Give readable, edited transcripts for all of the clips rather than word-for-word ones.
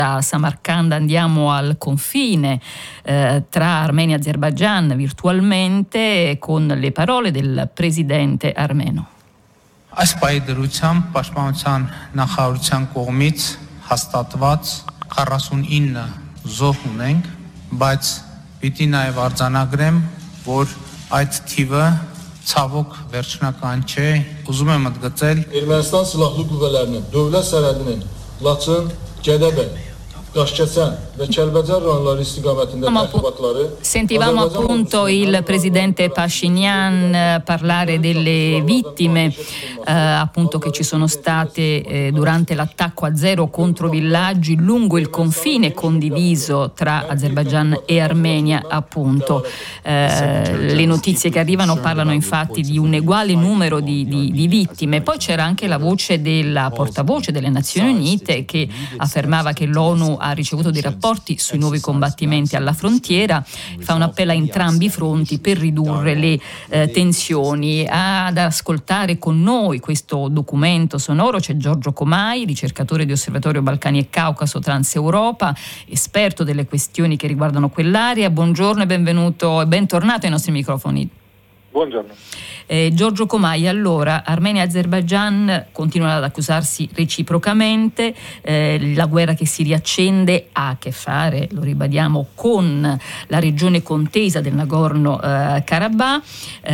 Da Samarcanda andiamo al confine tra Armenia e Azerbaigian virtualmente con le parole del presidente armeno. Այս պայդրությամբ պաշտպանության նախարարության կողմից հաստատված 49 զոհ ունենք, բայց պիտի նաև արձանագրեմ, որ այդ թիվը ցավոք վերջնական չէ, ուզում եմ ընդգծել Ermənistan silahlı qüvvələrinin dövlət sərhədinin Laçın, Gədəbəy, Daşkəsən ve Kəlbəcər rayonları istiqamətində təxribatları. Sentivamo appunto il presidente Pashinyan parlare delle vittime appunto che ci sono state durante l'attacco a zero contro villaggi lungo il confine condiviso tra Azerbaigian e Armenia appunto. Le notizie che arrivano parlano infatti di un uguale numero di vittime. Poi c'era anche la voce della portavoce delle Nazioni Unite che affermava che l'ONU ha ricevuto dei rapporti sui nuovi combattimenti alla frontiera, fa un appello a entrambi i fronti per ridurre le tensioni. Ad ascoltare con noi questo documento sonoro c'è Giorgio Comai, ricercatore di Osservatorio Balcani e Caucaso Transeuropa, esperto delle questioni che riguardano quell'area. Buongiorno e benvenuto e bentornato ai nostri microfoni. Buongiorno. Giorgio Comai, allora Armenia e Azerbaigian continuano ad accusarsi reciprocamente, la guerra che si riaccende ha a che fare, lo ribadiamo, con la regione contesa del Nagorno-Karabakh,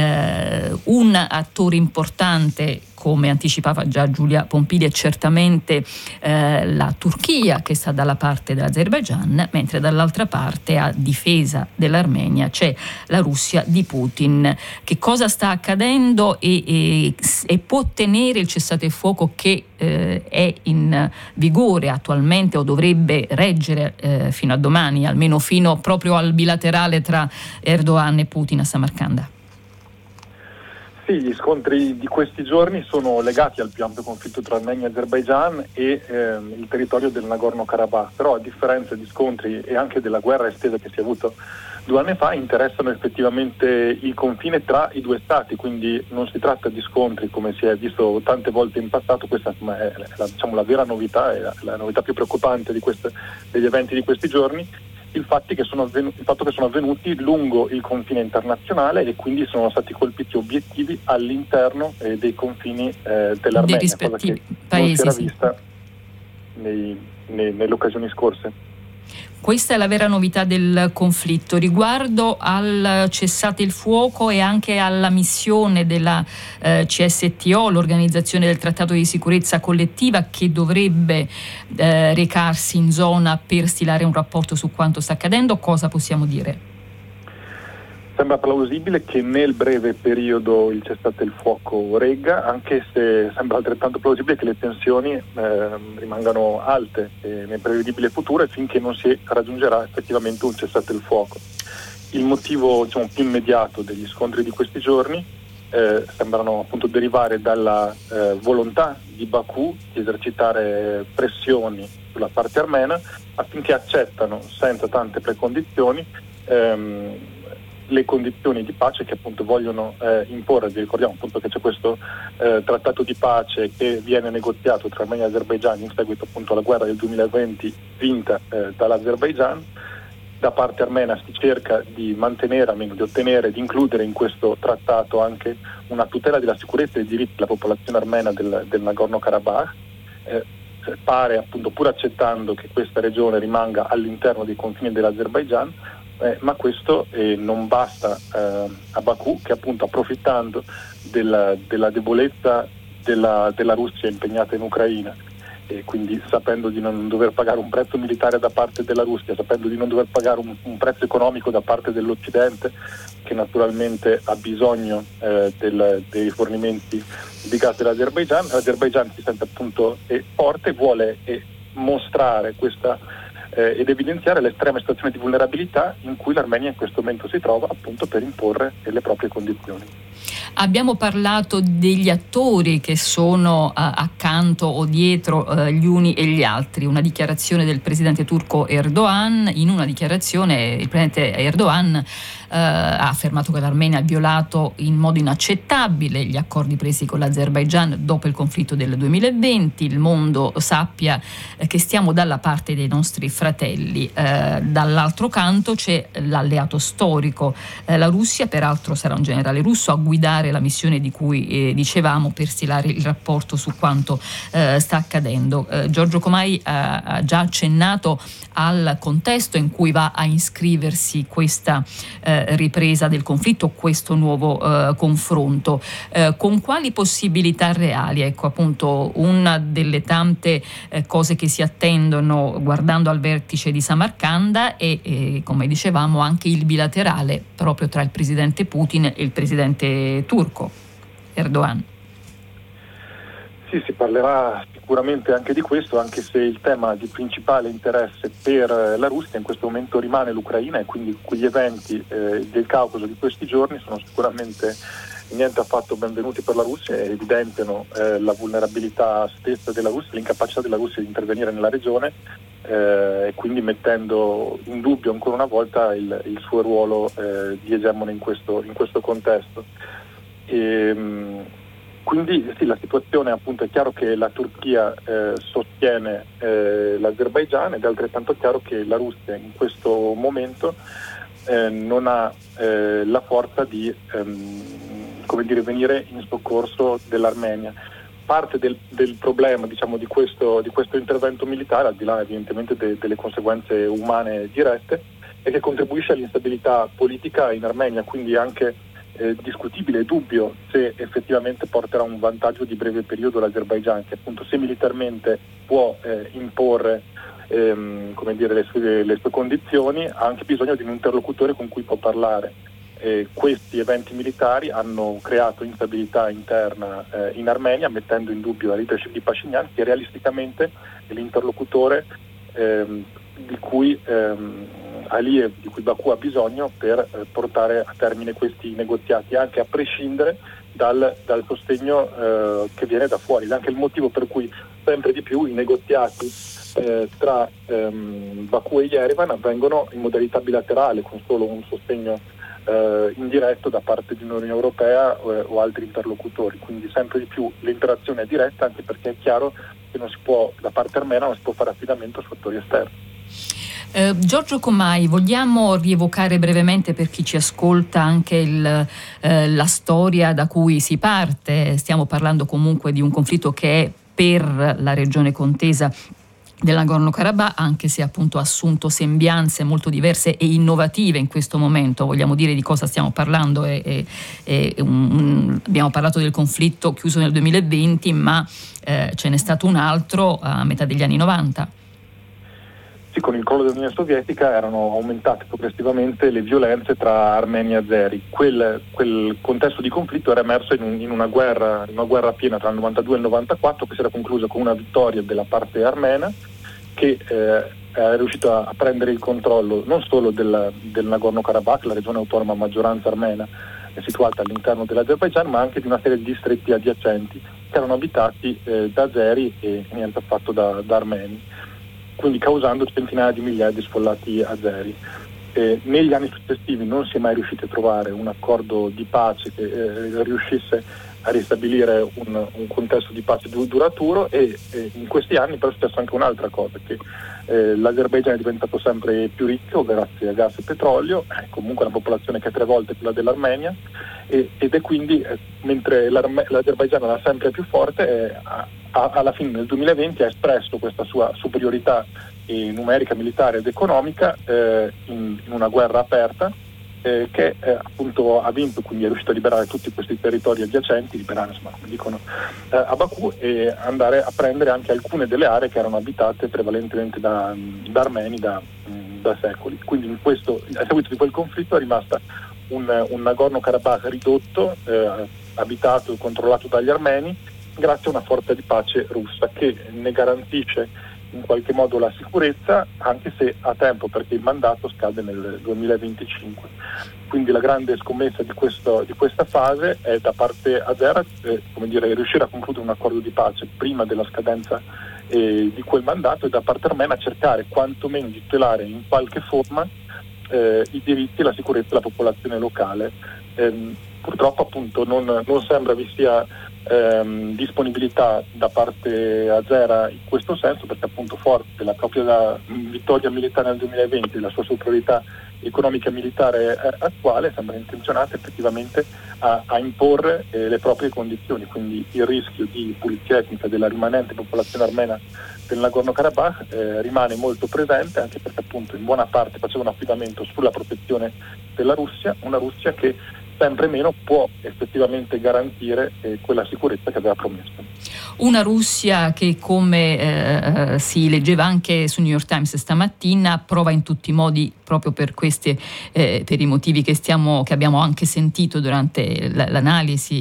un attore importante, come anticipava già Giulia Pompili, è certamente la Turchia che sta dalla parte dell'Azerbaigian, mentre dall'altra parte, a difesa dell'Armenia, c'è la Russia di Putin. Che cosa sta accadendo e può tenere il cessate il fuoco che è in vigore attualmente o dovrebbe reggere fino a domani, almeno fino proprio al bilaterale tra Erdogan e Putin a Samarcanda? Sì, gli scontri di questi giorni sono legati al più ampio conflitto tra Armenia e Azerbaigian e il territorio del Nagorno-Karabakh, però a differenza di scontri e anche della guerra estesa che si è avuto 2 anni fa, interessano effettivamente il confine tra i due stati, quindi non si tratta di scontri come si è visto tante volte in passato. Questa è la vera novità, è la novità più preoccupante degli eventi di questi giorni. Il fatto che sono avvenuti lungo il confine internazionale e quindi sono stati colpiti obiettivi all'interno dei confini dell'Armenia, cosa che non si era vista nelle occasioni scorse. Questa è la vera novità del conflitto. Riguardo al cessate il fuoco e anche alla missione della CSTO, l'Organizzazione del Trattato di Sicurezza Collettiva, che dovrebbe recarsi in zona per stilare un rapporto su quanto sta accadendo, cosa possiamo dire? Sembra plausibile che nel breve periodo il cessate il fuoco regga, anche se sembra altrettanto plausibile che le tensioni rimangano alte nel prevedibile futuro finché non si raggiungerà effettivamente un cessate il fuoco. Il motivo più immediato degli scontri di questi giorni sembrano appunto derivare dalla volontà di Baku di esercitare pressioni sulla parte armena affinché accettano senza tante precondizioni le condizioni di pace che appunto vogliono imporre. Vi ricordiamo appunto che c'è questo trattato di pace che viene negoziato tra Armenia e Azerbaigian in seguito appunto alla guerra del 2020 vinta dall'Azerbaigian. Da parte armena si cerca di mantenere, almeno di ottenere, di includere in questo trattato anche una tutela della sicurezza e dei diritti della popolazione armena del Nagorno-Karabakh. Pare appunto, pur accettando che questa regione rimanga all'interno dei confini dell'Azerbaigian, ma questo non basta a Baku, che appunto approfittando della debolezza della Russia impegnata in Ucraina e quindi sapendo di non dover pagare un prezzo militare da parte della Russia, sapendo di non dover pagare un prezzo economico da parte dell'Occidente, che naturalmente ha bisogno dei rifornimenti di gas dell'Azerbaigian. L'Azerbaigian si sente appunto forte, vuole mostrare questa ed evidenziare l'estrema situazione di vulnerabilità in cui l'Armenia in questo momento si trova, appunto per imporre le proprie condizioni. Abbiamo parlato degli attori che sono accanto o dietro gli uni e gli altri. Una dichiarazione del presidente turco Erdogan. In una dichiarazione il presidente Erdogan ha affermato che l'Armenia ha violato in modo inaccettabile gli accordi presi con l'Azerbaigian dopo il conflitto del 2020. Il mondo sappia che stiamo dalla parte dei nostri fratelli. Dall'altro canto c'è l'alleato storico, la Russia. Peraltro sarà un generale russo a guidare la missione di cui dicevamo, per stilare il rapporto su quanto sta accadendo. Giorgio Comai ha già accennato al contesto in cui va a iscriversi questa ripresa del conflitto, questo nuovo confronto. Con quali possibilità reali? Ecco, appunto, una delle tante cose che si attendono guardando al vertice di Samarcanda e come dicevamo anche il bilaterale proprio tra il presidente Putin e il presidente turco Erdogan. Sì, si parlerà sicuramente anche di questo, anche se il tema di principale interesse per la Russia in questo momento rimane l'Ucraina, e quindi gli eventi del Caucaso di questi giorni sono sicuramente niente affatto benvenuti per la Russia e evidenziano la vulnerabilità stessa della Russia, l'incapacità della Russia di intervenire nella regione, e quindi mettendo in dubbio ancora una volta il suo ruolo di egemone in questo contesto. Quindi sì, la situazione, appunto, è chiaro che la Turchia sostiene l'Azerbaigian, ed è altrettanto chiaro che la Russia in questo momento non ha la forza di venire in soccorso dell'Armenia. Parte del problema, diciamo, di questo intervento militare, al di là evidentemente delle conseguenze umane dirette, è che contribuisce all'instabilità politica in Armenia, quindi anche discutibile e dubbio se effettivamente porterà un vantaggio di breve periodo l'Azerbaigian, che appunto se militarmente può imporre le sue condizioni, ha anche bisogno di un interlocutore con cui può parlare. Questi eventi militari hanno creato instabilità interna in Armenia, mettendo in dubbio la leadership di Pashinyan, che realisticamente è l'interlocutore di cui Aliyev, di cui Baku ha bisogno per portare a termine questi negoziati, anche a prescindere dal sostegno che viene da fuori. Ed anche il motivo per cui sempre di più i negoziati tra Baku e Yerevan avvengono in modalità bilaterale, con solo un sostegno indiretto da parte di Unione Europea o altri interlocutori. Quindi sempre di più l'interazione è diretta, anche perché è chiaro che non si può, da parte armena non si può fare affidamento su fattori esterni. Giorgio Comai, vogliamo rievocare brevemente per chi ci ascolta anche la storia da cui si parte? Stiamo parlando comunque di un conflitto che è per la regione contesa del Nagorno-Karabakh, anche se appunto ha assunto sembianze molto diverse e innovative in questo momento. Vogliamo dire di cosa stiamo parlando? Abbiamo parlato del conflitto chiuso nel 2020, ma ce n'è stato un altro a metà degli anni 90. Sì, con il crollo dell'Unione Sovietica erano aumentate progressivamente le violenze tra armeni e azeri. Quel contesto di conflitto era emerso in una guerra piena tra il 92 e il 94, che si era conclusa con una vittoria della parte armena, che è riuscita a prendere il controllo non solo del Nagorno-Karabakh, la regione autonoma a maggioranza armena situata all'interno dell'Azerbaigian, ma anche di una serie di distretti adiacenti che erano abitati da azeri e niente affatto da armeni, quindi causando centinaia di migliaia di sfollati azeri. Negli anni successivi non si è mai riusciti a trovare un accordo di pace che riuscisse a ristabilire un contesto di pace duraturo, e in questi anni però è successo anche un'altra cosa, che l'Azerbaigian è diventato sempre più ricco grazie a gas e petrolio, comunque una popolazione che è 3 volte quella dell'Armenia, ed è quindi, mentre l'Azerbaigian era sempre più forte, alla fine del 2020 ha espresso questa sua superiorità numerica, militare ed economica in una guerra aperta, che appunto ha vinto, quindi è riuscito a liberare tutti questi territori adiacenti, liberare insomma, come dicono a Baku, e andare a prendere anche alcune delle aree che erano abitate prevalentemente da armeni da secoli. Quindi a seguito di quel conflitto è rimasta un Nagorno-Karabakh ridotto, abitato e controllato dagli armeni, grazie a una forza di pace russa che ne garantisce in qualche modo la sicurezza, anche se a tempo, perché il mandato scade nel 2025. Quindi la grande scommessa di questa fase è da parte azera riuscire a concludere un accordo di pace prima della scadenza di quel mandato, e da parte armena cercare quantomeno di tutelare in qualche forma i diritti e la sicurezza della popolazione locale. Purtroppo appunto non sembra vi sia disponibilità da parte azera in questo senso, perché appunto forte la propria vittoria militare nel 2020 e la sua superiorità economica e militare attuale sembra intenzionata effettivamente a imporre le proprie condizioni, quindi il rischio di pulizia etnica della rimanente popolazione armena del Nagorno-Karabakh rimane molto presente, anche perché appunto in buona parte faceva un affidamento sulla protezione della Russia, una Russia che sempre meno può effettivamente garantire quella sicurezza che aveva promesso. Una Russia che, come si leggeva anche su New York Times stamattina, prova in tutti i modi, proprio per per i motivi che abbiamo anche sentito durante l'analisi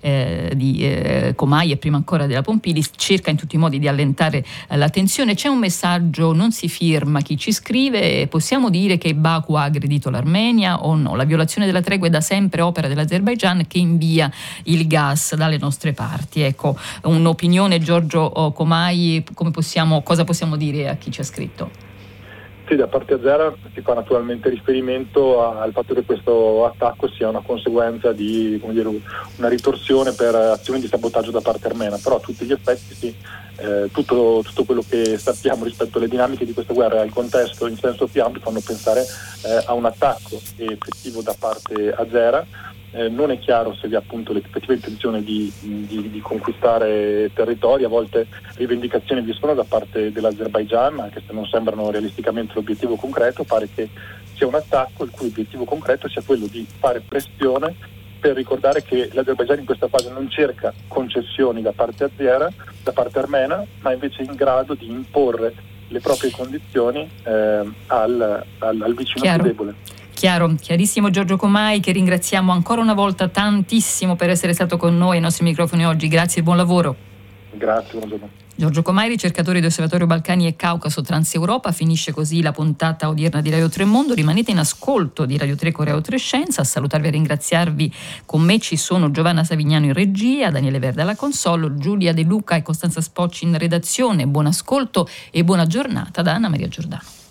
di Comai e prima ancora della Pompili, cerca in tutti i modi di allentare la tensione. C'è un messaggio, non si firma chi ci scrive: possiamo dire che Baku ha aggredito l'Armenia o no? La violazione della tregua è da sempre opera dell'Azerbaigian, che invia il gas dalle nostre parti. Ecco, un'opinione, Giorgio Comai, cosa possiamo dire a chi ci ha scritto? Sì, da parte azera si fa naturalmente riferimento al fatto che questo attacco sia una conseguenza di una ritorsione per azioni di sabotaggio da parte armena, però a tutti gli effetti sì, tutto quello che sappiamo rispetto alle dinamiche di questa guerra e al contesto in senso più ampio fanno pensare a un attacco effettivo da parte azera. Non è chiaro se vi è appunto l'effettiva intenzione di conquistare territori, a volte rivendicazioni vi sono da parte dell'Azerbaigian, anche se non sembrano realisticamente l'obiettivo concreto. Pare che sia un attacco il cui obiettivo concreto sia quello di fare pressione per ricordare che l'Azerbaigian in questa fase non cerca concessioni da parte azera, da parte armena, ma invece è in grado di imporre le proprie condizioni al vicino più debole. Chiarissimo Giorgio Comai, che ringraziamo ancora una volta tantissimo per essere stato con noi ai nostri microfoni oggi. Grazie e buon lavoro. Grazie, buongiorno. Giorgio Comai, ricercatore di Osservatorio Balcani e Caucaso Transeuropa. Finisce così la puntata odierna di Radio 3 Mondo. Rimanete in ascolto di Radio 3 con Radio 3 Scienza. A salutarvi e ringraziarvi con me ci sono Giovanna Savignano in regia, Daniele Verde alla console, Giulia De Luca e Costanza Spocci in redazione. Buon ascolto e buona giornata da Anna Maria Giordano.